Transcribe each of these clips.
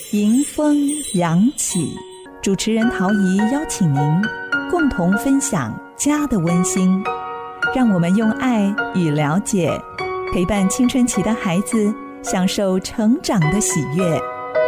迎风扬起，主持人陶怡邀请您共同分享家的温馨，让我们用爱与了解陪伴青春期的孩子，享受成长的喜悦。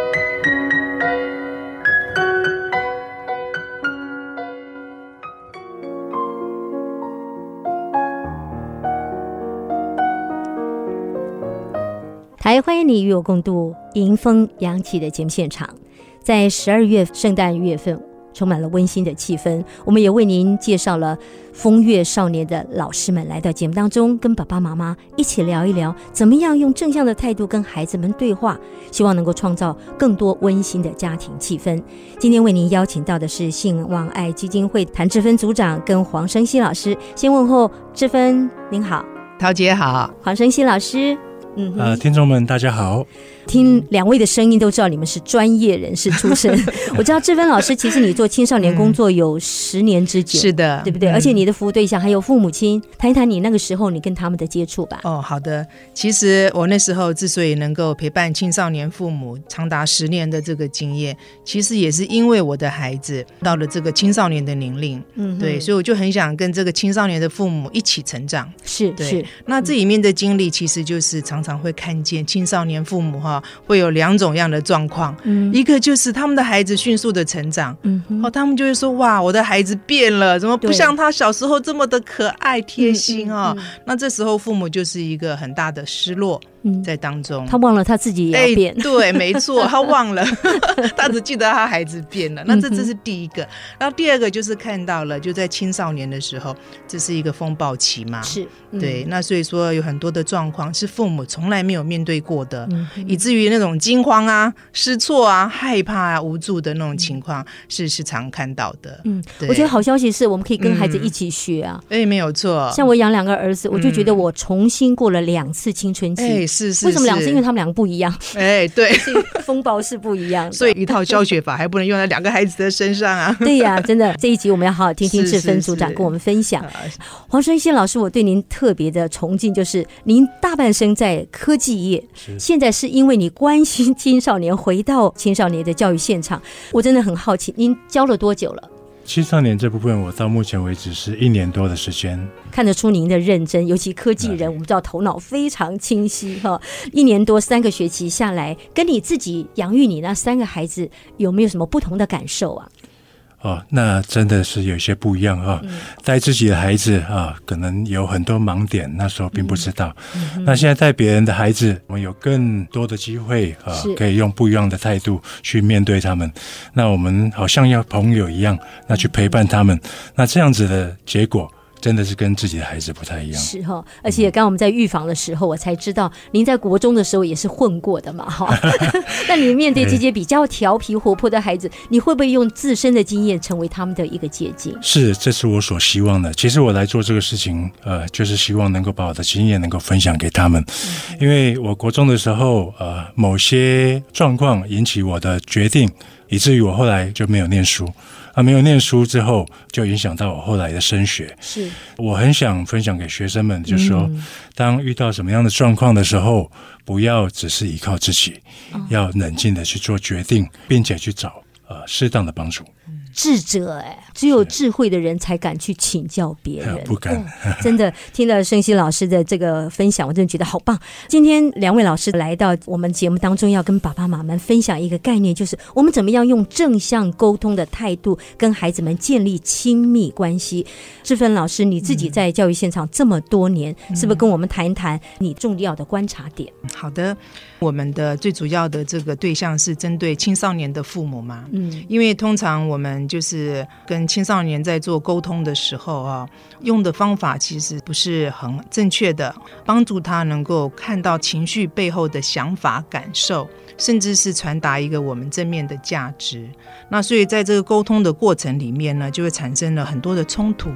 台欢迎你与我共度迎风扬起的节目现场。在12月圣诞月份充满了温馨的气氛，我们也为您介绍了风月少年的老师们来到节目当中，跟爸爸妈妈一起聊一聊怎么样用正向的态度跟孩子们对话，希望能够创造更多温馨的家庭气氛。今天为您邀请到的是信望爱基金会谭志芬组长跟黄生熙老师。先问候志芬，您好。 陶姐好。 黄生熙老师。 听众们大家好。 听两位的声音都知道你们是专业人士出身。我知道志芬老师其实你做青少年工作有10年之久。 是的， 对不对？而且你的服务对象还有父母亲，谈一谈你那个时候你跟他们的接触吧。 好的。其实我那时候之所以能够陪伴青少年父母长达10年的这个经验，其实也是因为我的孩子到了这个青少年的年龄，对，所以我就很想跟这个青少年的父母一起成长。是。那这里面的经历其实就是常常会看见青少年父母会有2种样的状况，一个就是他们的孩子迅速的成长，他们就会说哇，我的孩子变了，怎么不像他小时候这么的可爱贴心那这时候父母就是一个很大的失落在当中， 他忘了他自己也要变。 对，没错，他忘了他只记得他孩子变了。那这是第一个。然后第二个就是看到了，就在青少年的时候，这是一个风暴期嘛， 是对。那所以说有很多的状况是父母从来没有面对过的，以至于那种惊慌啊、失措啊、害怕啊、无助的那种情况是常看到的。 我觉得好消息是我们可以跟孩子一起学啊。 没有错。 像我养2个儿子，我就觉得我重新过了2次青春期。 是。 为什么2次？因为他们2个不一样。 对， 所以风暴是不一样的。 所以一套教学法还不能用在2个孩子的身上啊。 对呀，真的，这一集我们要好好听听志芬组长跟我们分享。黄生熙老师，我对您特别的崇敬，就是您大半生在科技业，现在是因为你关心青少年，回到青少年的教育现场。我真的很好奇，您教了多久了？ 青少年这部分我到目前为止是1年多的时间， 看得出您的认真，尤其科技人我们知道头脑非常清晰1年多3个学期下来，跟你自己养育你那3个孩子有没有什么不同的感受啊？ 那真的是有些不一样带自己的孩子可能有很多盲点，那时候并不知道。那现在带别人的孩子，我们有更多的机会可以用不一样的态度去面对他们。那我们好像要朋友一样，那去陪伴他们。那这样子的结果真的是跟自己的孩子不太一样。是而且刚刚我们在预防的时候，我才知道您在国中的时候也是混过的嘛那你面对这些比较调皮活泼的孩子，你会不会用自身的经验成为他们的一个捷径？ 是，这是我所希望的。其实我来做这个事情就是希望能够把我的经验能够分享给他们。因为我国中的时候某些状况引起我的决定，以至于我后来就没有念书。没有念书之后，就影响到我后来的升学。是，我很想分享给学生们，就是说，当遇到什么样的状况的时候，不要只是依靠自己，要冷静的去做决定，并且去找适当的帮助。 智者只有智慧的人才敢去请教别人， 不敢真的听了生熙老师的这个分享，我真的觉得好棒。今天2位老师来到我们节目当中，要跟爸爸妈妈们分享一个概念，就是我们怎么样用正向沟通的态度跟孩子们建立亲密关系。志芬老师，你自己在教育现场这么多年，是不是跟我们谈一谈你重要的观察点？ 好的。我们的最主要的这个对象是针对青少年的父母嘛，因为通常我们就是跟青少年在做沟通的时候用的方法其实不是很正确的，帮助他能够看到情绪背后的想法感受，甚至是传达一个我们正面的价值。那所以在这个沟通的过程里面呢，就会产生了很多的冲突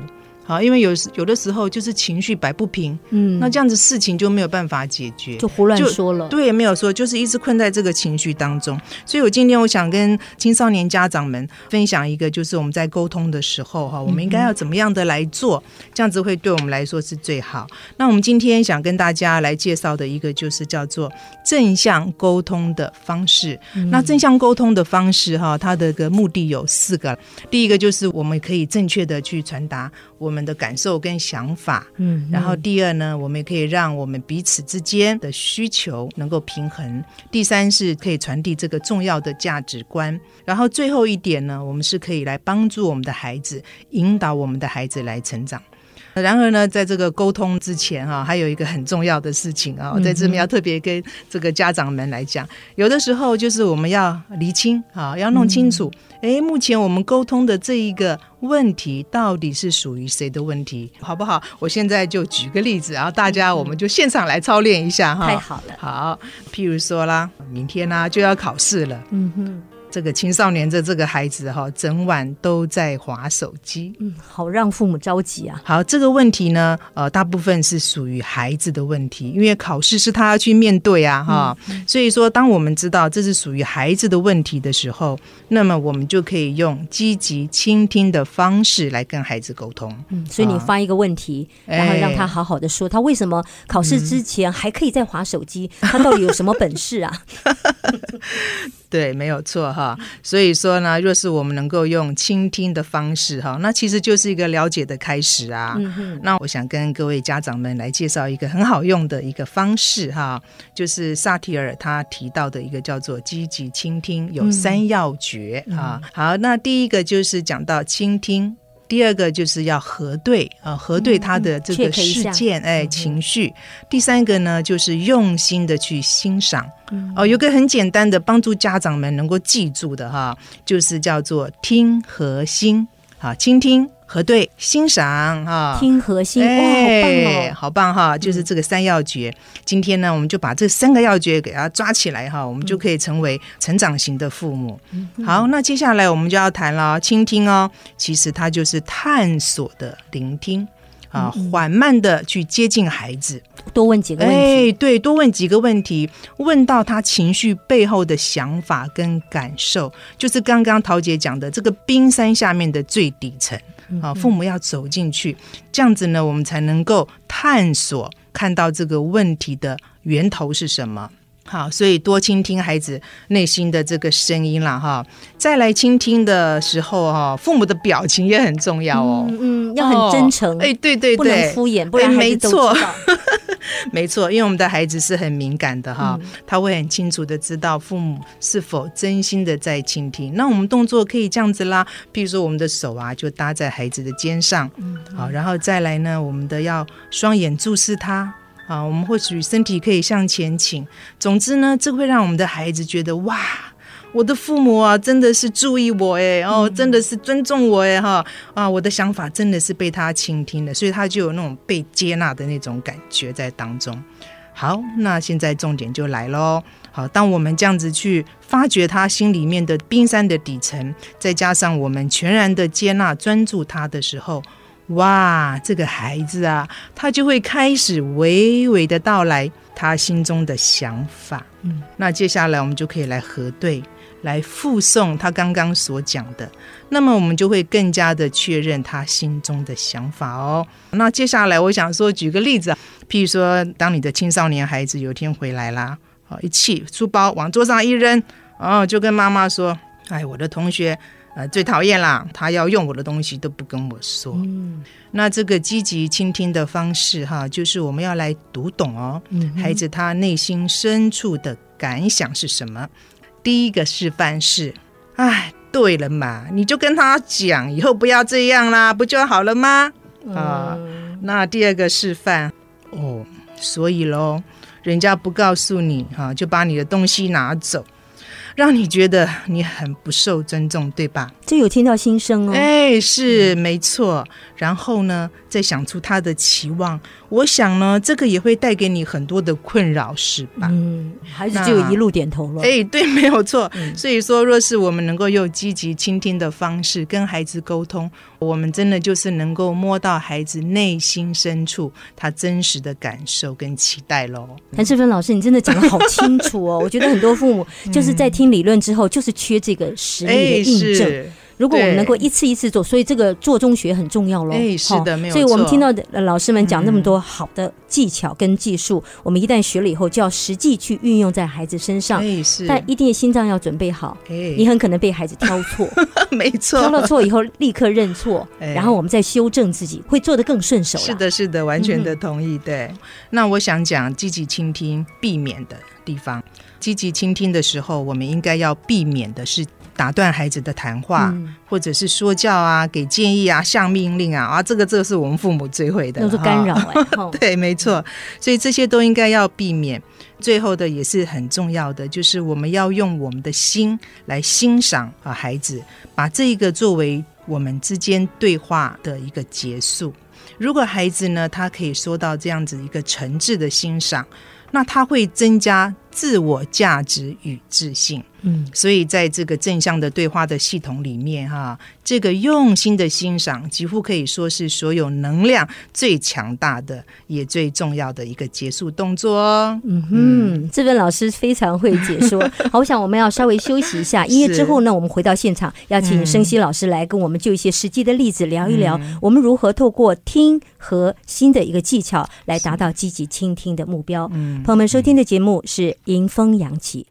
好，因为有的时候就是情绪摆不平，那这样子事情就没有办法解决， 就胡乱说了。 对，没有说，就是一直困在这个情绪当中。所以我今天我想跟青少年家长们分享一个，就是我们在沟通的时候我们应该要怎么样的来做，这样子会对我们来说是最好。那我们今天想跟大家来介绍的一个就是叫做正向沟通的方式。那正向沟通的方式它的个目的有4个。第一个就是我们可以正确的去传达我们的感受跟想法，然后第二呢，我们也可以让我们彼此之间的需求能够平衡，第三是可以传递这个重要的价值观，然后最后一点呢，我们是可以来帮助我们的孩子，引导我们的孩子来成长。然而呢，在这个沟通之前还有一个很重要的事情我在这边要特别跟这个家长们来讲，有的时候就是我们要厘清要弄清楚目前我们沟通的这一个问题到底是属于谁的问题，好不好？我现在就举个例子，然后大家我们就现场来操练一下太好了。 好，譬如说啦，明天就要考试了，这个青少年的这个孩子整晚都在滑手机， 好让父母着急啊。 好，这个问题呢大部分是属于孩子的问题，因为考试是他要去面对所以说当我们知道这是属于孩子的问题的时候，那么我们就可以用积极倾听的方式来跟孩子沟通。 所以你发一个问题，然后让他好好的说他为什么考试之前还可以再滑手机，他到底有什么本事啊？ 对，没有错所以说呢，若是我们能够用倾听的方式那其实就是一个了解的开始那我想跟各位家长们来介绍一个很好用的一个方式就是萨提尔他提到的一个叫做积极倾听，有3要诀好，那第一个就是讲到倾听，第二个就是要核对核对他的这个事件情绪，第三个呢就是用心的去欣赏有个很简单的帮助家长们能够记住的就是叫做听和心倾听核对欣赏听和心好棒就是这个3要诀。今天呢我们就把这3个要诀给它抓起来我们就可以成为成长型的父母好，那接下来我们就要谈了倾听其实它就是探索的聆听缓慢的去接近孩子， 多问几个问题对，多问几个问题，问到他情绪背后的想法跟感受，就是刚刚陶姐讲的这个冰山下面的最底层父母要走进去，这样子呢我们才能够探索看到这个问题的源头是什么。好，所以多倾听孩子内心的这个声音啦再来倾听的时候父母的表情也很重要要很真诚对， 不能敷衍，不然孩子都知道没错，因为我们的孩子是很敏感的他会很清楚的知道父母是否真心的在倾听。那我们动作可以这样子啦，譬如说我们的手就搭在孩子的肩上好，然后再来呢我们的要双眼注视他我们或许身体可以向前倾，总之呢这会让我们的孩子觉得哇，我的父母真的是注意我真的是尊重我我的想法真的是被他倾听的，所以他就有那种被接纳的那种感觉在当中。好，那现在重点就来咯。好，当我们这样子去发掘他心里面的冰山的底层，再加上我们全然的接纳专注他的时候，哇，这个孩子他就会开始娓娓的道来他心中的想法那接下来我们就可以来核对，来附送他刚刚所讲的，那么我们就会更加的确认他心中的想法那接下来我想说举个例子譬如说当你的青少年孩子有一天回来啦一气书包往桌上一扔就跟妈妈说，我的同学最讨厌啦，他要用我的东西都不跟我说那这个积极倾听的方式就是我们要来读懂孩子他内心深处的感想是什么。第一个示范是对了嘛，你就跟他讲以后不要这样啦，不就好了吗那第二个示范所以咯人家不告诉你就把你的东西拿走， 让你觉得你很不受尊重，对吧？ 这有听到心声哦。 是没错。然后呢，再想出他的期望，我想呢，这个也会带给你很多的困扰，是吧？ 孩子就一路点头了。 对，没有错。所以说，若是我们能够用积极倾听的方式跟孩子沟通，我们真的就是能够摸到孩子内心深处他真实的感受跟期待咯。 谭志芬老师，你真的讲得好清楚哦。我觉得很多父母就是在听理论之后，就是缺这个实力的印证。如果我们能够一次一次做，所以这个做中学很重要咯。 是的，没有错。 所以我们听到的老师们讲那么多好的技巧跟技术，我们一旦学了以后，就要实际去运用在孩子身上。但一定心脏要准备好，你很可能被孩子挑错。 没错， 挑了错以后立刻认错，然后我们再修正自己，会做得更顺手。 是的，完全的同意。对，那我想讲积极倾听避免的地方。积极倾听的时候，我们应该要避免的是打断孩子的谈话，或者是说教啊、给建议啊、下命令啊，这个是我们父母最会的， 那是干扰。 对，没错。所以这些都应该要避免。最后的也是很重要的，就是我们要用我们的心来欣赏孩子，把这个作为我们之间对话的一个结束。如果孩子呢，他可以说到这样子一个诚挚的欣赏，那他会增加自我价值与自信。所以在这个正向的对话的系统里面这个用心的欣赏几乎可以说是所有能量最强大的也最重要的一个结束动作哦。 志芬老师非常会解说。好，我想我们要稍微休息一下，音乐之后呢，我们回到现场，要请生希老师来跟我们就一些实际的例子聊一聊，我们如何透过听和新的一个技巧来达到积极倾听的目标。朋友们，收听的节目是迎风扬起。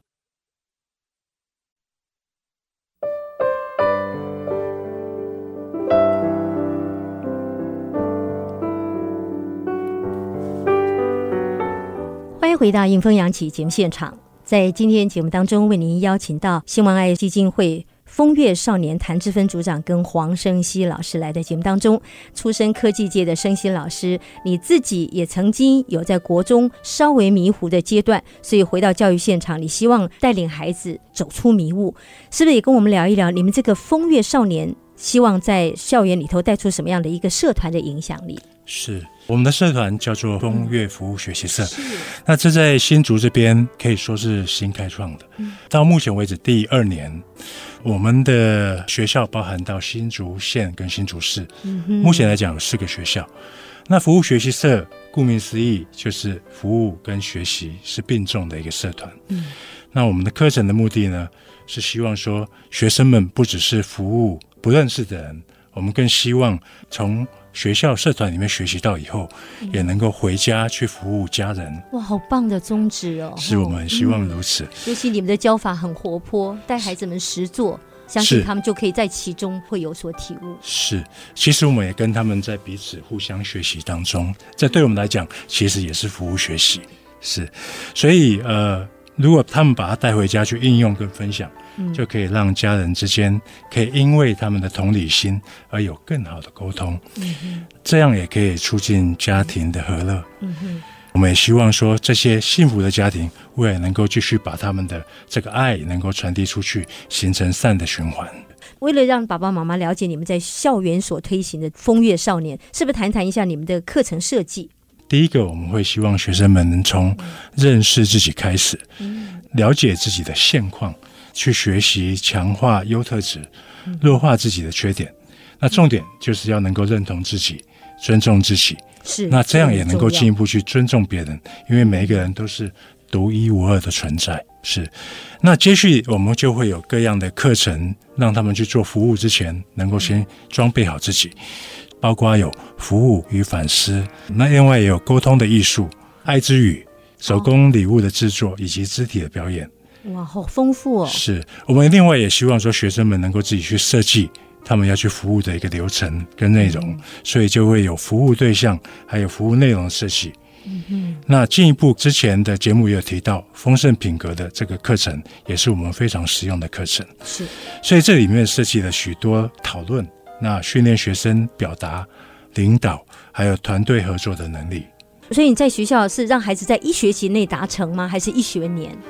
欢迎回到迎风扬起节目现场。在今天节目当中，为您邀请到新王爱基金会风月少年谭志芬组长跟黄生希老师来的节目当中。出身科技界的生希老师，你自己也曾经有在国中稍微迷糊的阶段，所以回到教育现场，你希望带领孩子走出迷雾，是不是也跟我们聊一聊你们这个风月少年希望在校园里头带出什么样的一个社团的影响力？ 是，我们的社团叫做风月服务学习社，那这在新竹这边可以说是新开创的，到目前为止第2年，我们的学校包含到新竹县跟新竹市，目前来讲有4个学校。那服务学习社顾名思义就是服务跟学习是并重的一个社团。那我们的课程的目的呢，是希望说学生们不只是服务不认识的人，我们更希望从学校社团里面学习到以后，也能够回家去服务家人。 哇，好棒的宗旨哦！ 是，我们很希望如此。 尤其你们的教法很活泼，带孩子们实作，相信他们就可以在其中会有所体悟。 是，其实我们也跟他们在彼此互相学习当中，这对我们来讲其实也是服务学习。是，所以如果他们把它带回家去应用跟分享，就可以让家人之间可以因为他们的同理心而有更好的沟通，这样也可以促进家庭的和乐。我们也希望说这些幸福的家庭未来能够继续把他们的这个爱能够传递出去，形成善的循环。 为了让爸爸妈妈了解你们在校园所推行的风月少年，是不是谈一下你们的课程设计？ 第一个，我们会希望学生们能从认识自己开始，了解自己的现况，去学习强化优特质，弱化自己的缺点。那重点就是要能够认同自己，尊重自己。 是， 那这样也能够进一步去尊重别人，因为每一个人都是独一无二的存在。是，那接续我们就会有各样的课程，让他们去做服务之前，能够先装备好自己。包括有服务与反思，那另外也有沟通的艺术、爱之语、手工礼物的制作以及肢体的表演。 哇，好丰富哦！是， 我们另外也希望说学生们能够自己去设计他们要去服务的一个流程跟内容，所以就会有服务对象还有服务内容的设计。那进一步之前的节目也有提到丰盛品格的这个课程，也是我们非常实用的课程。 是， 所以这里面设计了许多讨论，那训练学生表达、领导还有团队合作的能力。 所以你在学校是让孩子在1学期内达成吗？还是1学年？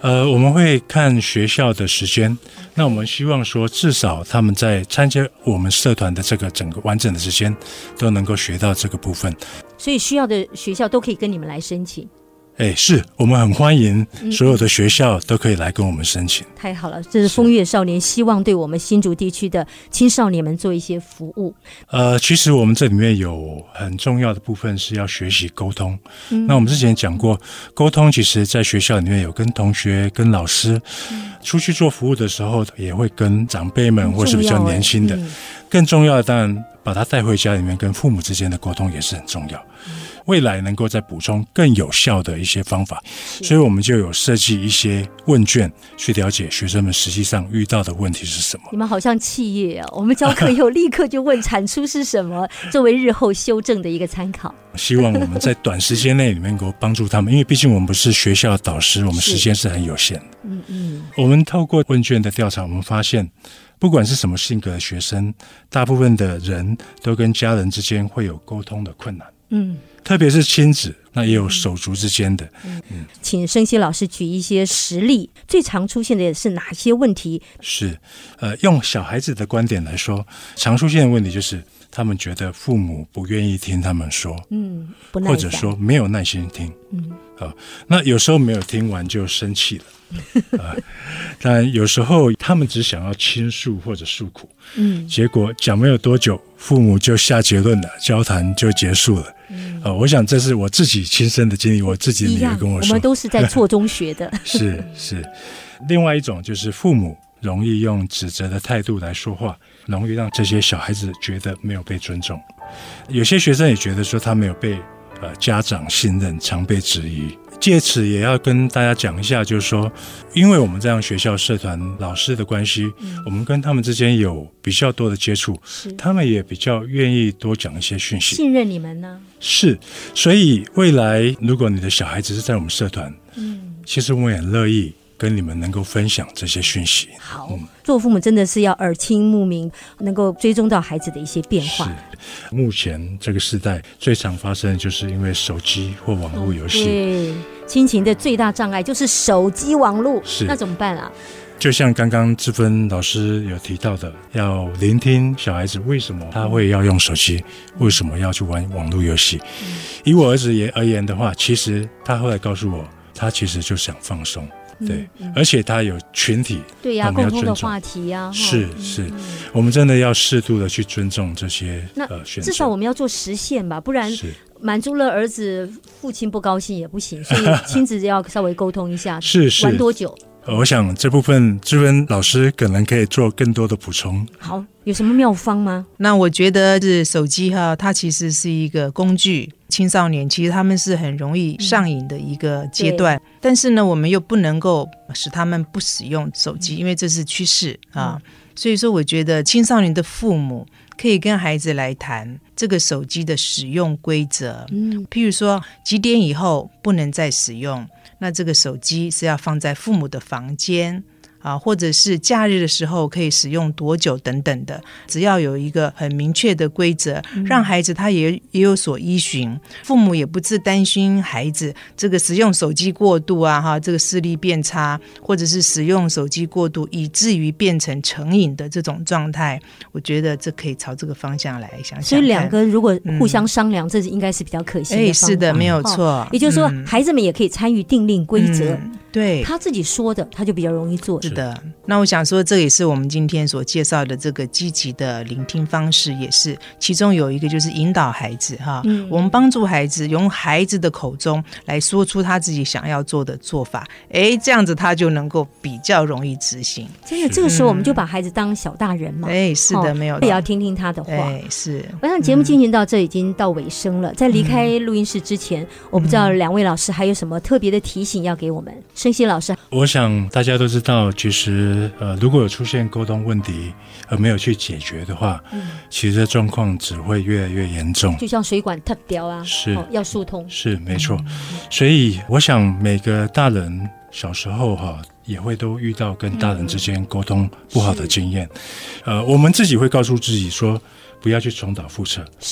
我们会看学校的时间，那我们希望说至少他们在参加我们社团的这个整个完整的时间都能够学到这个部分。 所以需要的学校都可以跟你们来申请。 是我们很欢迎所有的学校都可以来跟我们申请。 太好了，这是风月少年希望对我们新竹地区的青少年们做一些服务。 其实我们这里面有很重要的部分是要学习沟通。那我们之前讲过，沟通其实在学校里面有跟同学、跟老师，出去做服务的时候也会跟长辈们或是比较年轻的。更重要的当然把他带回家里面跟父母之间的沟通也是很重要。未来能够再补充更有效的一些方法，所以我们就有设计一些问卷去了解学生们实际上遇到的问题是什么。 你们好像企业啊，我们教课以后立刻就问产出是什么，作为日后修正的一个参考。 希望我们在短时间内里面能够帮助他们，因为毕竟我们不是学校的导师，我们时间是很有限的。我们透过问卷的调查，我们发现不管是什么性格的学生，大部分的人都跟家人之间会有沟通的困难。特别是亲子，那也有手足之间的。 请生熙老师举一些实例，最常出现的是哪些问题？ 是，用小孩子的观点来说，常出现的问题就是他们觉得父母不愿意听他们说， 不耐烦， 或者说没有耐心听。那有时候没有听完就生气了。但有时候他们只想要倾诉或者诉苦，结果讲没有多久，父母就下结论了，交谈就结束了。我想这是我自己亲身的经历，我自己的女儿跟我说， 我们都是在错中学的。 是。另外一种就是父母容易用指责的态度来说话，容易让这些小孩子觉得没有被尊重。有些学生也觉得说他没有被家长信任，常被质疑。借此也要跟大家讲一下，就是说因为我们这样学校社团老师的关系，我们跟他们之间有比较多的接触，他们也比较愿意多讲一些讯息， 信任你们呢。 是，所以未来如果你的小孩子是在我们社团，其实我们也很乐意跟你们能够分享这些讯息。 好，做父母真的是要耳听目明，能够追踪到孩子的一些变化。 目前这个时代最常发生的就是因为手机或网络游戏， 对，亲情的最大障碍就是手机网络，那怎么办啊？ 就像刚刚志芬老师有提到的，要聆听小孩子为什么他会要用手机，为什么要去玩网络游戏。以我儿子而言的话，其实他后来告诉我，他其实就想放松。对，而且他有群体， 对呀，共同的话题呀， 是，我们真的要适度的去尊重这些选择。 至少我们要做实现吧，不然满足了儿子，父亲不高兴也不行，所以亲子要稍微沟通一下。是玩多久？ 我想这部分志芬老师可能可以做更多的补充。 好，有什么妙方吗？ 那我觉得是手机它其实是一个工具，青少年其实他们是很容易上瘾的一个阶段，但是呢我们又不能够使他们不使用手机，因为这是趋势啊。所以说我觉得青少年的父母可以跟孩子来谈这个手机的使用规则，譬如说几点以后不能再使用，那这个手机是要放在父母的房间或者是假日的时候可以使用多久等等的，只要有一个很明确的规则，让孩子他也有所依循，父母也不自担心孩子这个使用手机过度这个视力变差，或者是使用手机过度以至于变成成瘾的这种状态。我觉得这可以朝这个方向来想想看。 所以两个如果互相商量，这应该是比较可行的方法。 是的，没有错。 也就是说孩子们也可以参与订立规则， 对， 他自己说的他就比较容易做。 是的，那我想说这也是我们今天所介绍的这个积极的聆听方式，也是其中有一个就是引导孩子我们帮助孩子用孩子的口中来说出他自己想要做的做法，这样子他就能够比较容易执行。 真的，这个时候我们就把孩子当小大人嘛。 是的，没有， 也要听听他的话。 是。 我想节目进行到这已经到尾声了，在离开录音室之前，我不知道两位老师还有什么特别的提醒要给我们。生熙老师， 我想大家都知道，其实如果有出现沟通问题而没有去解决的话，其实状况只会越来越严重， 就像水管塌掉是要疏通， 是没错。所以我想每个大人小时候也会都遇到跟大人之间沟通不好的经验，我们自己会告诉自己说不要去重蹈覆辙， 是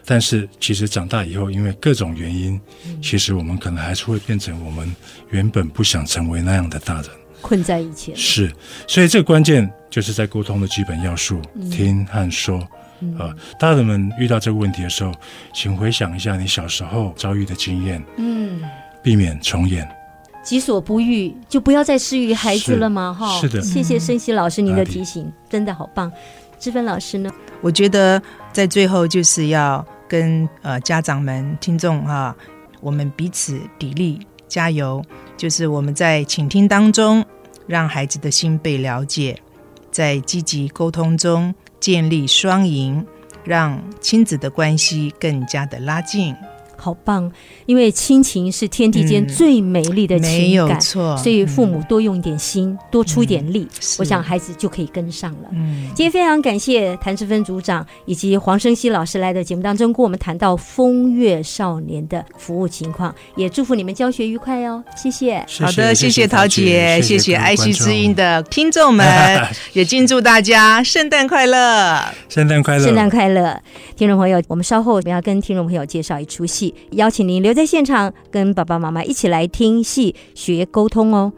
但是其实长大以后，因为各种原因，其实我们可能还是会变成我们原本不想成为那样的大人， 困在以前。 是，所以这个关键就是在沟通的基本要素，听和说。大人们遇到这个问题的时候，请回想一下你小时候遭遇的经验，避免重演。 己所不欲，就不要再施于孩子了嘛，哈。 是的， 谢谢申希老师您的提醒，真的好棒。志芬老师呢？ 我觉得在最后就是要跟家长们、听众我们彼此砥砺加油，就是我们在倾听当中，让孩子的心被了解，在积极沟通中建立双赢，让亲子的关系更加的拉近。 好棒，因为亲情是天地间最美丽的情感， 没有错， 所以父母多用一点心，多出一点力，我想孩子就可以跟上了。今天非常感谢谭志芬组长以及黄申希老师来的节目当中，跟我们谈到风月少年的服务情况，也祝福你们教学愉快哦，谢谢。 好的，谢谢陶姐，谢谢爱惜之音的听众们，也敬祝大家圣诞快乐， 圣诞快乐， 圣诞快乐。听众朋友，我们稍后要跟听众朋友介绍一出戏，邀请您留在现场，跟爸爸妈妈一起来听戏学沟通哦。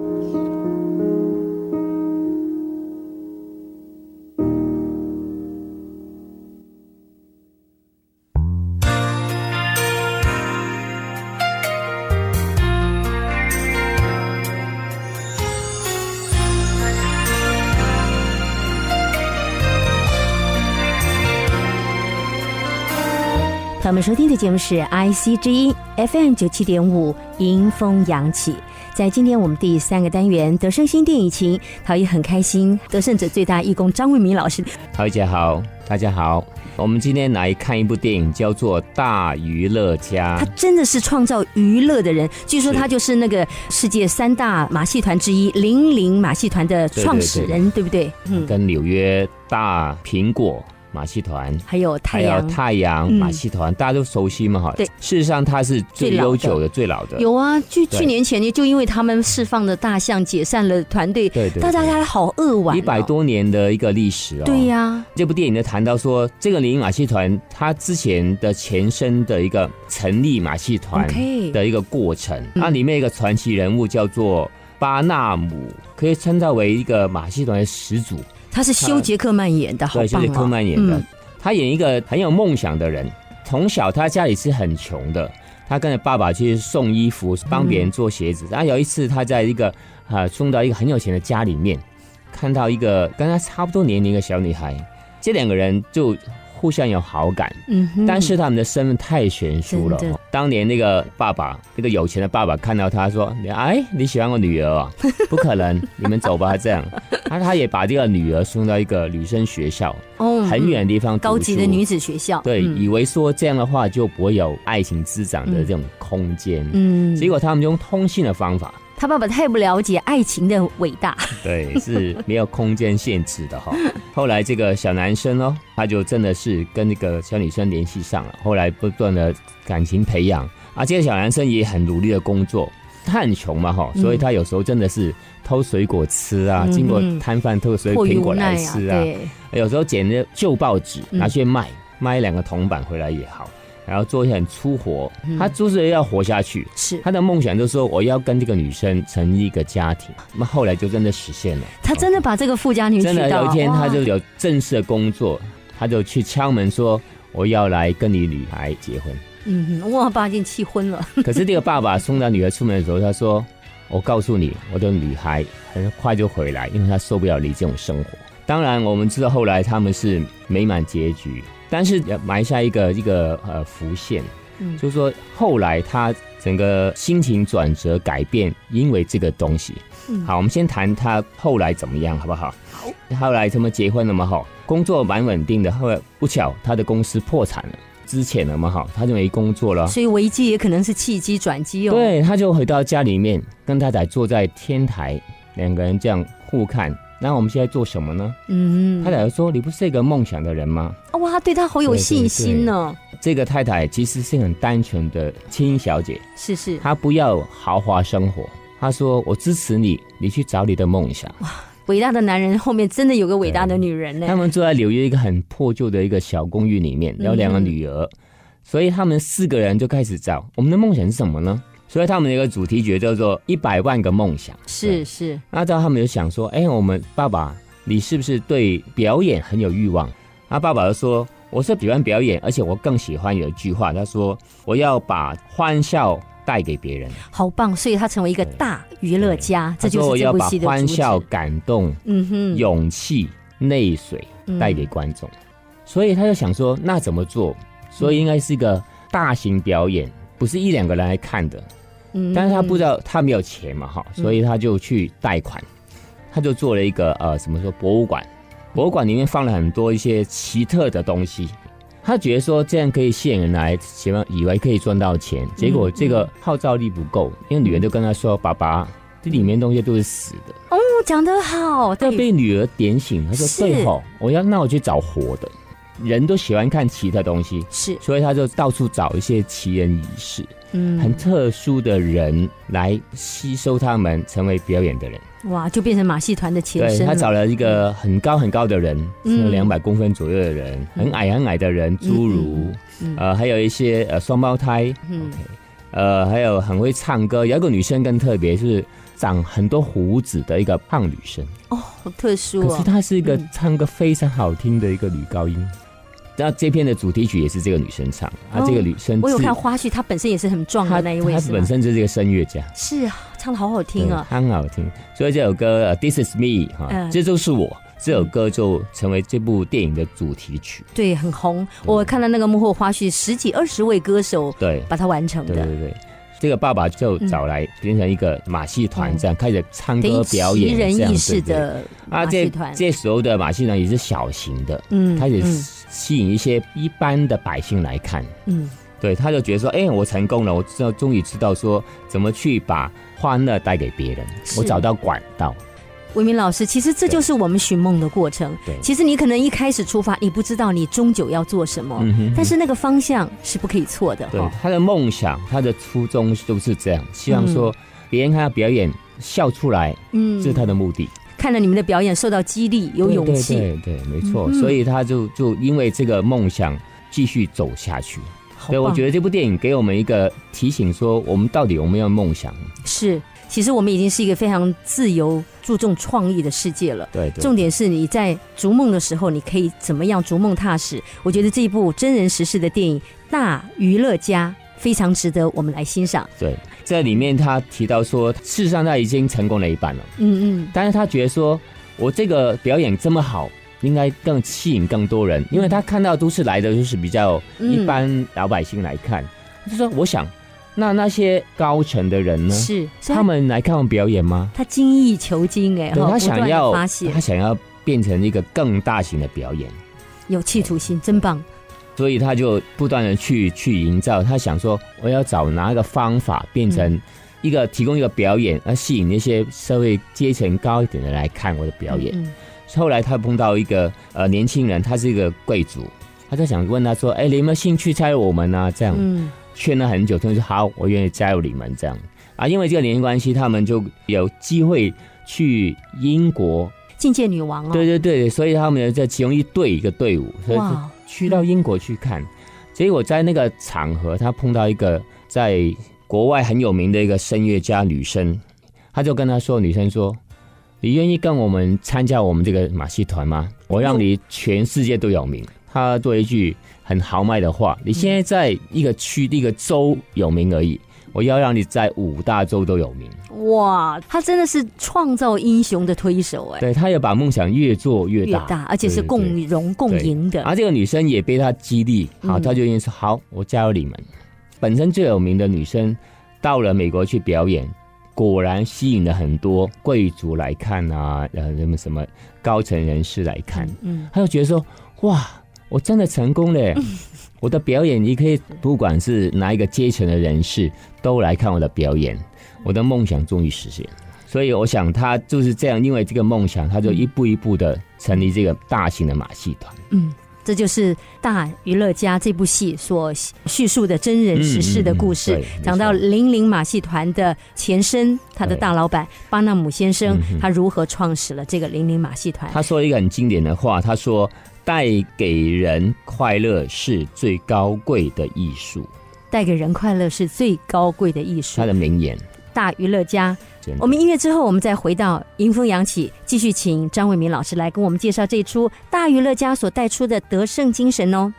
我们收听的节目是 IC 之音 FM 97.5 迎风扬起。在今天我们第3个单元得胜新电影情，陶艺很开心，得胜者最大义工张卫民老师。 陶艺姐好，大家好。我们今天来看一部电影，叫做《大娱乐家》。 他真的是创造娱乐的人，据说他就是那个世界3大马戏团之一00马戏团的创始人， 对不对？ 跟纽约大苹果马戏团还有太阳马戏团，大家都熟悉嘛，对。事实上它是最悠久的、最老的。 有啊，去年前就因为他们释放了大象，解散了团队，对，大家好扼腕 ，100多年的一个历史哦。 对呀， 这部电影呢谈到说，这个联营马戏团它之前的前身的一个成立马戏团的一个过程，那里面一个传奇人物叫做巴纳姆，可以称他为一个马戏团的始祖。他是休·杰克曼演的，好棒哦！对，休·杰克曼演的，他演一个很有梦想的人。从小他家里是很穷的，他跟着爸爸去送衣服，帮别人做鞋子。然后有一次，他在一个送到一个很有钱的家里面，看到一个跟他差不多年龄的小女孩，这2个人就互相有好感，但是他们的身份太悬殊了。当年那个爸爸，那个有钱的爸爸看到他说：“哎，你喜欢我女儿啊？不可能，你们走吧。”这样，他也把这个女儿送到一个女生学校，很远的地方读书， 高级的女子学校。 对，以为说这样的话就不会有爱情滋长的这种空间。结果他们用通信的方法。 他爸爸太不了解爱情的伟大， 对，是没有空间限制的哈。后来这个小男生哦，他就真的是跟那个小女生联系上了，后来不断的感情培养，这个小男生也很努力的工作，他很穷嘛哈，所以他有时候真的是偷水果吃啊，经过摊贩偷水苹果来吃啊，有时候捡的旧报纸拿去卖2个铜板回来也好。然后做一些很粗活，他就是要活下去。是他的梦想，就是说我要跟这个女生成立一个家庭。那后来就真的实现了。他真的把这个富家女娶到。 真的有一天，他就有正式的工作，他就去敲门说：“我要来跟你女孩结婚。” 哇，爸已经气昏了。 可是这个爸爸送他女儿出门的时候，他说：“我告诉你，我的女孩很快就回来，因为她受不了你这种生活。”当然，我们知道后来他们是美满结局。但是埋下一个伏线，就是说后来他整个心情转折改变，因为这个东西。好，我们先谈他后来怎么样，好不好？好。后来他们结婚了嘛？哈，工作蛮稳定的。后来不巧，他的公司破产了，资遣了嘛？哈，他就没工作了。 所以危机也可能是契机转机哦。 对，他就回到家里面，跟太太坐在天台，2个人这样互看。那我们现在做什么呢？太太说：“你不是一个梦想的人吗？” 哇，他对他好有信心呢。 这个太太其实是很单纯的亲小姐， 是， 她不要豪华生活。她说：“我支持你，你去找你的梦想。” 伟大的男人后面真的有个伟大的女人呢。 他们住在纽约一个很破旧的一个小公寓里面，有2个女儿，所以他们4个人就开始找我们的梦想是什么呢？所以他们有一个主题曲叫做100万个梦想。 是。 那之后他们就想说，我们爸爸，你是不是对表演很有欲望？他爸爸就说，我是喜欢表演，而且我更喜欢有一句话，他说我要把欢笑带给别人。 好棒！所以他成为一个大娱乐家，这就是这部戏的主旨。 我要把欢笑、感动、勇气、泪水带给观众。所以他就想说，那怎么做？所以应该是一个大型表演，不是1-2个人来看的。但是他不知道他没有钱嘛，所以他就去贷款，他就做了一个博物馆。博物馆里面放了很多一些奇特的东西。他觉得说这样可以吸引人来，以为可以赚到钱，结果这个号召力不够，因为女人就跟他说：“爸爸，这里面东西都是死的。” 哦，讲得好， 他被女儿点醒，他说：“对吼，那我去找活的。”人都喜欢看奇特东西， 是， 所以他就到处找一些奇人异事，很特殊的人来吸收他们，成为表演的人。 哇，就变成马戏团的前身了。 对，他找了一个很高很高的人，有200公分左右的人，很矮很矮的人，侏儒，还有一些双胞胎，还有很会唱歌，有一个女生更特别，是长很多胡子的一个胖女生。 哦，好特殊哦！ 可是她是一个唱歌非常好听的一个女高音。那这片的主题曲也是这个女生唱，这个女生我有看花絮，她本身也是很壮的那一位， 她本身就是一个声乐家， 是啊，唱得好好听啊， 很好听。所以这首歌《This Is Me》这就是我。这首歌就成为这部电影的主题曲， 对，很红。我看到那个幕后花絮，10几20位歌手对把它完成的， 对。这个爸爸就找来变成一个马戏团，这样开始唱歌表演， 奇人异事的马戏团。 这时候的马戏团也是小型的，开始吸引一些一般的百姓来看，对，他就觉得说，我成功了，我终于知道说怎么去把欢乐带给别人，我找到管道。 维民老师，其实这就是我们寻梦的过程。其实你可能一开始出发，你不知道你终究要做什么，但是那个方向是不可以错的。 对，他的梦想，他的初衷都是这样，希望说别人看他表演笑出来，这是他的目的。 看了你们的表演，受到激励，有勇气。 对，没错。所以他就因为这个梦想继续走下去。对，我觉得这部电影给我们一个提醒，说我们到底有没有梦想？ 是。其实我们已经是一个非常自由、注重创意的世界了。对，重点是你在逐梦的时候，你可以怎么样逐梦踏实？我觉得这一部真人实事的电影《大娱乐家》非常值得我们来欣赏。 对，在里面他提到说，事实上他已经成功了一半了。但是他觉得说，我这个表演这么好，应该更吸引更多人，因为他看到都是来的就是比较一般老百姓来看，就说我想。那些高层的人呢？是他们来看我们表演吗？ 他精益求精对， 他想要变成一个更大型的表演， 有企图心，真棒。 所以他就不断的去营造，他想说我要找哪一个方法变成一个提供一个表演，而吸引那些社会阶层高一点的来看我的表演。后来他碰到一个年轻人，他是一个贵族，他就想问他说：“你有没有兴趣加入我们啊？”这样。劝了很久，他说好，我愿意加入你们这样因为这个联系关系，他们就有机会去英国觐见女王对，所以他们在其中一个队伍，所以就去到英国去看。结果在那个场合，他碰到一个在国外很有名的一个声乐家女生，他就跟他说，女生说：“你愿意跟我们参加我们这个马戏团吗？我让你全世界都有名。”他做一句很豪迈的话：“你现在在一个区、一个州有名而已，我要让你在5大洲都有名。” 哇，他真的是创造英雄的推手对，他也把梦想越做越大， 而且是共荣共赢的。 这个女生也被他激励，好，他就说：“好，我加入你们。”本身最有名的女生到了美国去表演，果然吸引了很多贵族来看什么高层人士来看，他就觉得说：“哇！”我真的成功了，我的表演你可以不管是哪一个阶层的人士都来看我的表演，我的梦想终于实现。所以我想他就是这样，因为这个梦想，他就一步一步的成立这个大型的马戏团。 这这就是大娱乐家这部戏所叙述的真人实事的故事，讲到零零马戏团的前身，他的大老板巴纳姆先生，他如何创始了这个零零马戏团。 他说了一个很经典的话，他说带给人快乐是最高贵的艺术， 带给人快乐是最高贵的艺术， 他的名言。 大娱乐家。我们音乐之后，我们再回到迎风扬起，继续请张伟民老师来跟我们介绍这出大娱乐家所带出的得胜精神哦。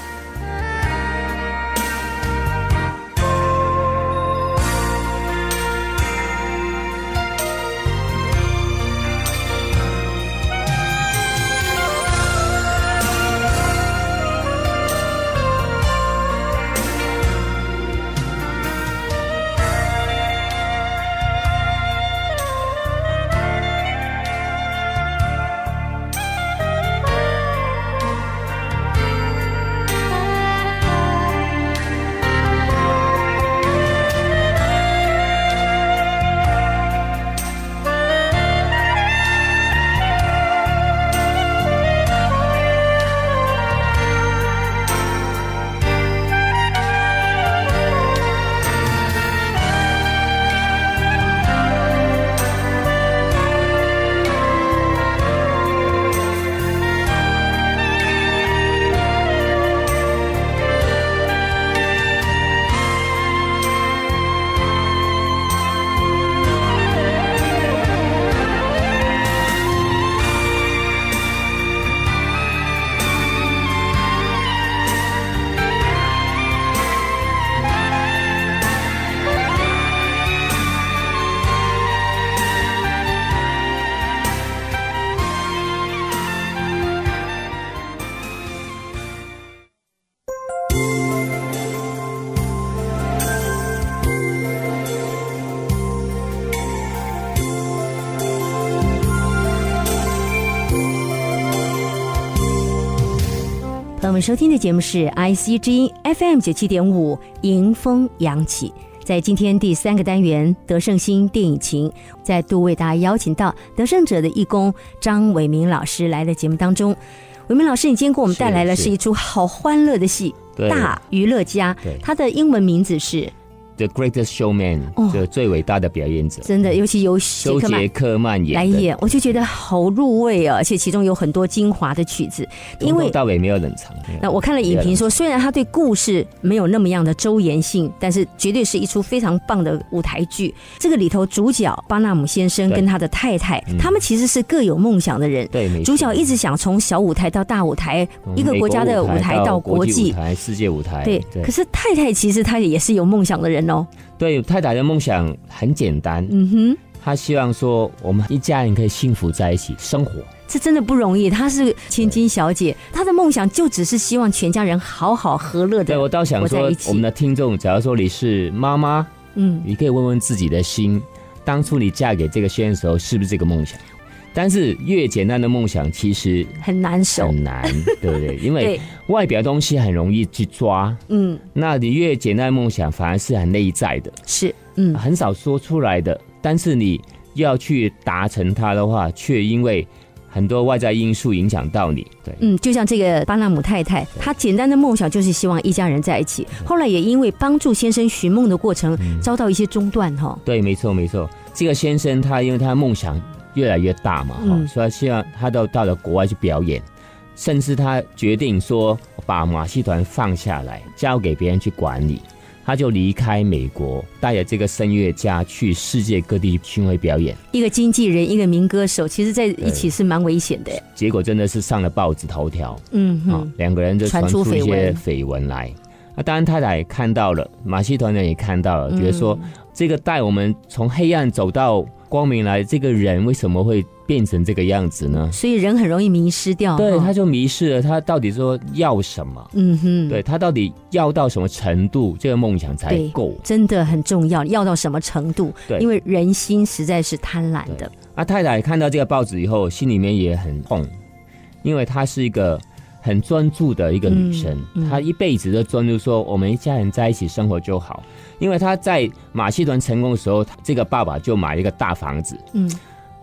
我们收听的节目是 ICG FM 97.5迎风扬起。在今天第3个单元得胜新电影情，再度为大家邀请到得胜者的义工张伟民老师来的节目当中。伟民老师，你今天给我们带来的是一出好欢乐的戏《大娱乐家》，它的英文名字是 The Greatest Showman， 这最伟大的表演者， 真的，尤其由休杰克曼来演，我就觉得好入味啊！而且其中有很多精华的曲子，因为从头到尾没有冷场。 那我看了影评说，虽然他对故事没有那么样的周延性，但是绝对是一出非常棒的舞台剧。这个里头主角巴纳姆先生跟他的太太，他们其实是各有梦想的人。 对， 主角一直想从小舞台到大舞台，一个国家的舞台到国际舞台、世界舞台。 对，可是太太其实她也是有梦想的人哦。 对，太太的梦想很简单，她希望说我们一家人可以幸福在一起生活。 这真的不容易，她是千金小姐，她的梦想就只是希望全家人好好和乐的。 对，我倒想说，我们的听众，假如说你是妈妈，你可以问问自己的心，当初你嫁给这个先生的时候，是不是这个梦想？但是越简单的梦想其实很难受， 很难，对不对？因为外表的东西很容易去抓，那你越简单的梦想反而是很内在的， 是， 很少说出来的。但是你要去达成它的话，却因为很多外在因素影响到你。对， 就像这个巴纳姆太太，她简单的梦想就是希望一家人在一起，后来也因为帮助先生寻梦的过程，遭到一些中断哈。 对，没错没错。这个先生他因为他的梦想越来越大嘛，所以希望他到了国外去表演，甚至他决定说把马戏团放下来，交给别人去管理。他就离开美国，带着这个声乐家去世界各地巡回表演。一个经纪人，一个民歌手，其实在一起是蛮危险的。 结果真的是上了报纸头条，两个人就传出一些绯闻来。那当然太太看到了，马戏团人也看到了，觉得说这个带我们从黑暗走到光明来这个人为什么会变成这个样子呢？ 所以人很容易迷失掉。 对，他就迷失了，他到底说要什么？对，他到底要到什么程度，这个梦想才够？ 真的很重要，要到什么程度？对，因为人心实在是贪婪的。 太太看到这个报纸以后，心里面也很痛，因为她是一个很专注的一个女生，她一辈子都专注说我们一家人在一起生活就好。因为她在马戏团成功的时候，这个爸爸就买了一个大房子，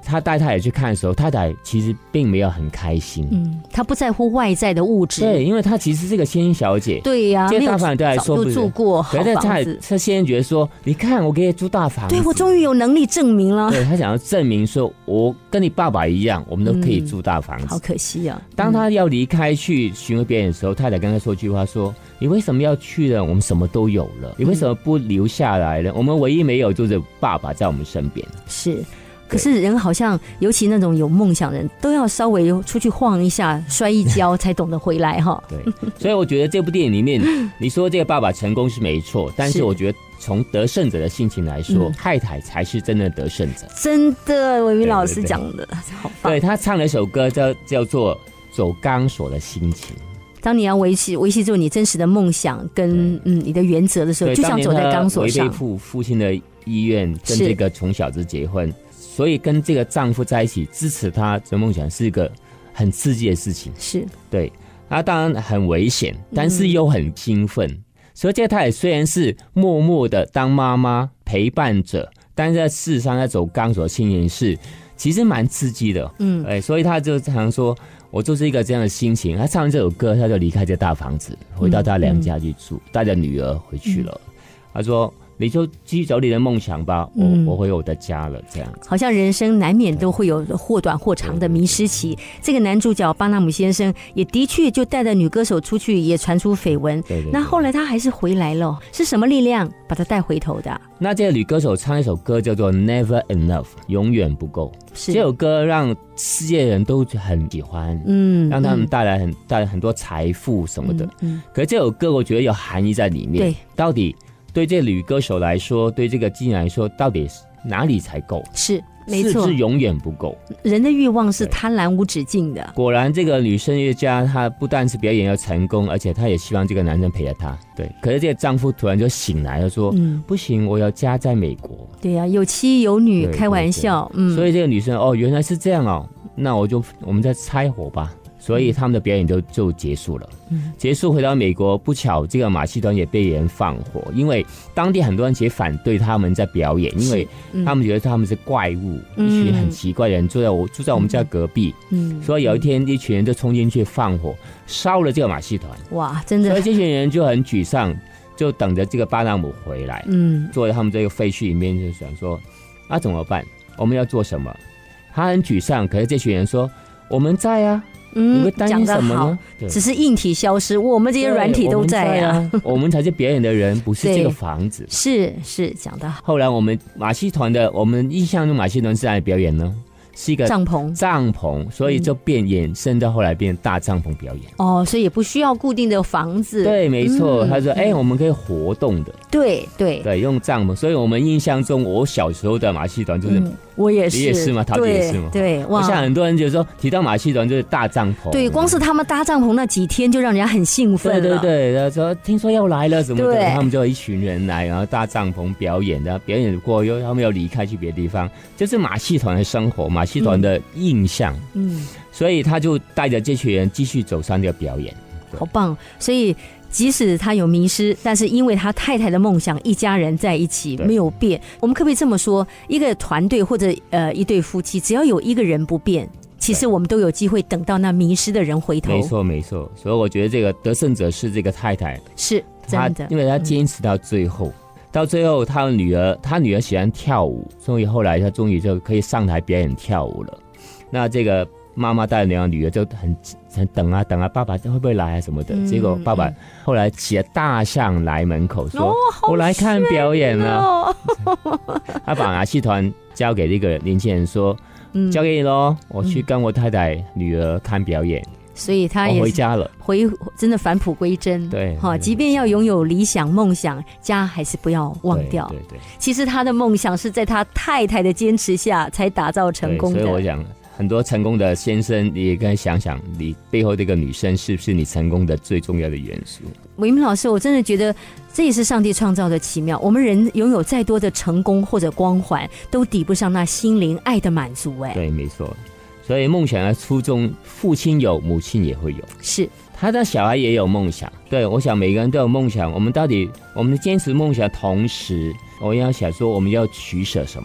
他带太太去看的时候，太太其实并没有很开心。 他不在乎外在的物质。 对，因为他其实是个先生小姐。 对呀， 这个大房子对来说不是住过好房子。 他先生觉得说，你看我给你租大房子， 对我终于有能力证明了。 对，他想要证明说，我跟你爸爸一样，我们都可以住大房子。 好可惜啊！ 当他要离开去巡回表演的时候，太太跟他说句话说：“你为什么要去呢？我们什么都有了，你为什么不留下来呢？我们唯一没有就是爸爸在我们身边。” 是。可是人好像，尤其那种有梦想的人，都要稍微出去晃一下，摔一跤才懂得回来哈。 对，所以我觉得这部电影里面，你说这个爸爸成功是没错，但是我觉得从得胜者的心情来说，太太才是真的得胜者。 真的，伟明老师讲的好棒。 对，他唱了一首歌叫做《走钢索的心情》。 当你要维系住你真实的梦想跟你的原则的时候，就像走在钢索上。 违背父亲的意愿，跟这个穷小子结婚。所以跟这个丈夫在一起，支持他的梦想是一个很刺激的事情。 是对，他当然很危险，但是又很兴奋。所以这个太太虽然是默默的当妈妈陪伴者，但是在事实上在走钢索心情是其实蛮刺激的。所以他就常说，我就是一个这样的心情。他唱完这首歌，他就离开这大房子，回到他娘家去住，带着女儿回去了。他说，你就继续走你的梦想吧，我回我的家了。这样好像人生难免都会有或短或长的迷失期。这个男主角巴纳姆先生也的确就带着女歌手出去，也传出绯闻。 对， 那后来他还是回来了，是什么力量把他带回头的？ 那这个女歌手唱一首歌叫做 Never Enough， 永远不够。这首歌让世界人都很喜欢，让他们带来很多财富什么的。可是这首歌我觉得有含义在里面。 对， 到底对这个女歌手来说，对这个妓女来说，到底哪里才够？ 是没错， 是不是永远不够？ 人的欲望是贪婪无止境的。 果然，这个女声乐家她不但是表演要成功，而且她也希望这个男生陪着她。对，可是这个丈夫突然就醒来了，说：“不行，我要家在美国。” 对呀，有妻有女，开玩笑。 所以这个女生原来是这样哦，那我们再拆伙吧。所以他们的表演就结束了。结束回到美国，不巧这个马戏团也被人放火，因为当地很多人其实反对他们在表演，因为他们觉得他们是怪物，一群很奇怪的人住在我们家隔壁。所以有一天一群人就冲进去放火，烧了这个马戏团。 哇，真的！ 所以这群人就很沮丧，就等着这个巴纳姆回来。坐在他们这个废墟里面，就想说怎么办？我们要做什么？他很沮丧，可是这群人说我们在啊。你会担心什么呢？ 只是硬体消失，我们这些软体都在啊。 我们才是表演的人，不是这个房子。 是讲得好。 后来我们马戏团我们印象中马戏团是在表演呢，是一个帐篷，所以就衍生到后来变大帐篷表演。 所以也不需要固定的房子。 对，没错。他说：“我们可以活动的。” 对， 用帐篷。所以我们印象中，我小时候的马戏团就是。 我也是， 你也是吗？陶姐也是吗？ 对， 我想很多人就说提到马戏团就是大帐篷， 对，光是他们搭帐篷那几天就让人家很兴奋了。 对，他说听说要来了什么的，他们就一群人来，然后搭帐篷表演，然后表演过后他们要离开去别的地方，就是马戏团的生活，马戏团的印象。所以他就带着这群人继续走上这个表演， 好棒。所以即使他有迷失，但是因为他太太的梦想，一家人在一起没有变。我们可不可以这么说，一个团队或者一对夫妻，只要有一个人不变，其实我们都有机会等到那迷失的人回头。 没错。所以我觉得这个得胜者是这个太太， 是真的， 因为她坚持到最后。到最后，她女儿喜欢跳舞，所以后来她终于就可以上台表演跳舞了。那这个妈妈带着女儿就很等啊，爸爸会不会来啊什么的。结果爸爸后来骑了大象来门口说：“我来看表演了。”他把马戏团交给那个年轻人说：“交给你咯，我去跟我太太女儿看表演。” 所以他也回家了， 真的返璞归真。 对， 即便要拥有理想梦想，家还是不要忘掉。 对。 其实他的梦想是在他太太的坚持下才打造成功的。 所以我想，很多成功的先生，你也该想想，你背后这个女生是不是你成功的最重要的元素？ 伟明老师，我真的觉得这也是上帝创造的奇妙。我们人拥有再多的成功或者光环，都抵不上那心灵爱的满足。 对，没错。所以梦想的初衷，父亲有，母亲也会有。 是， 他的小孩也有梦想。对，我想每个人都有梦想。我们坚持梦想，同时我们要想说，我们要取舍什么？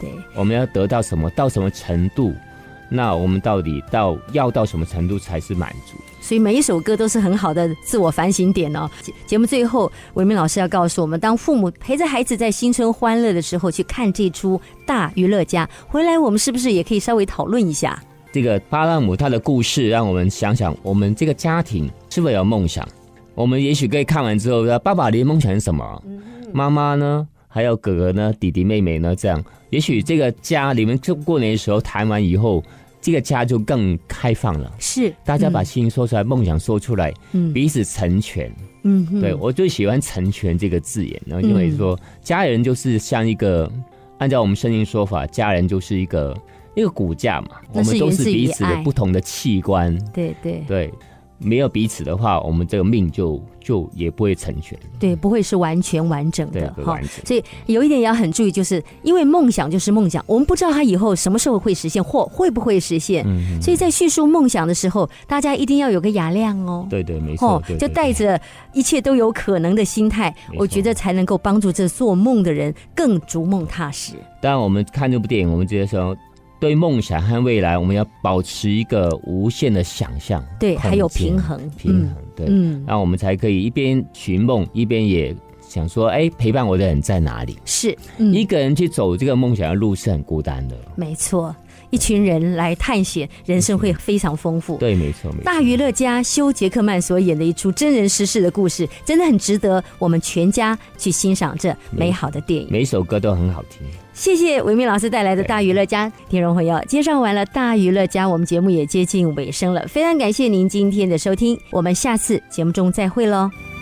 对， 我们要得到什么，到什么程度，那我们到底要到什么程度才是满足？ 所以每一首歌都是很好的自我反省点哦。节目最后，维明老师要告诉我们，当父母陪着孩子在新春欢乐的时候去看这出大娱乐家，回来我们是不是也可以稍微讨论一下这个巴拉姆他的故事，让我们想想我们这个家庭是否有梦想。我们也许可以看完之后，爸爸你的梦想是什么？妈妈呢？还有哥哥呢？弟弟妹妹呢？这样，也许这个家你们过年的时候谈完以后，这个家就更开放了。 是， 大家把心说出来，梦想说出来，彼此成全。对，我最喜欢成全这个字眼，然后因为说家人就是像一个，按照我们圣经说法，家人就是一个骨架嘛，我们都是彼此的不同的器官。 对对对。没有彼此的话，我们这个命就也不会成全， 对，不会是完全完整的哈。 所以有一点也要很注意，就是因为梦想就是梦想，我们不知道它以后什么时候会实现或会不会实现，所以在叙述梦想的时候，大家一定要有个雅量哦。 对对，没错， 就带着一切都有可能的心态，我觉得才能够帮助这做梦的人更逐梦踏实。 当然，我们看这部电影，我们觉得说，对梦想和未来，我们要保持一个无限的想象， 对，还有平衡， 对，那我们才可以一边寻梦，一边也想说，陪伴我的人在哪里？ 是， 一个人去走这个梦想的路是很孤单的， 没错。一群人来探险，人生会非常丰富。 对，没错。 大娱乐家休·杰克曼所演的一出真人实事的故事，真的很值得我们全家去欣赏这美好的电影。 每一首歌都很好听。 谢谢维明老师带来的大娱乐家，听众朋友，介绍完了大娱乐家，我们节目也接近尾声了。非常感谢您今天的收听，我们下次节目中再会喽。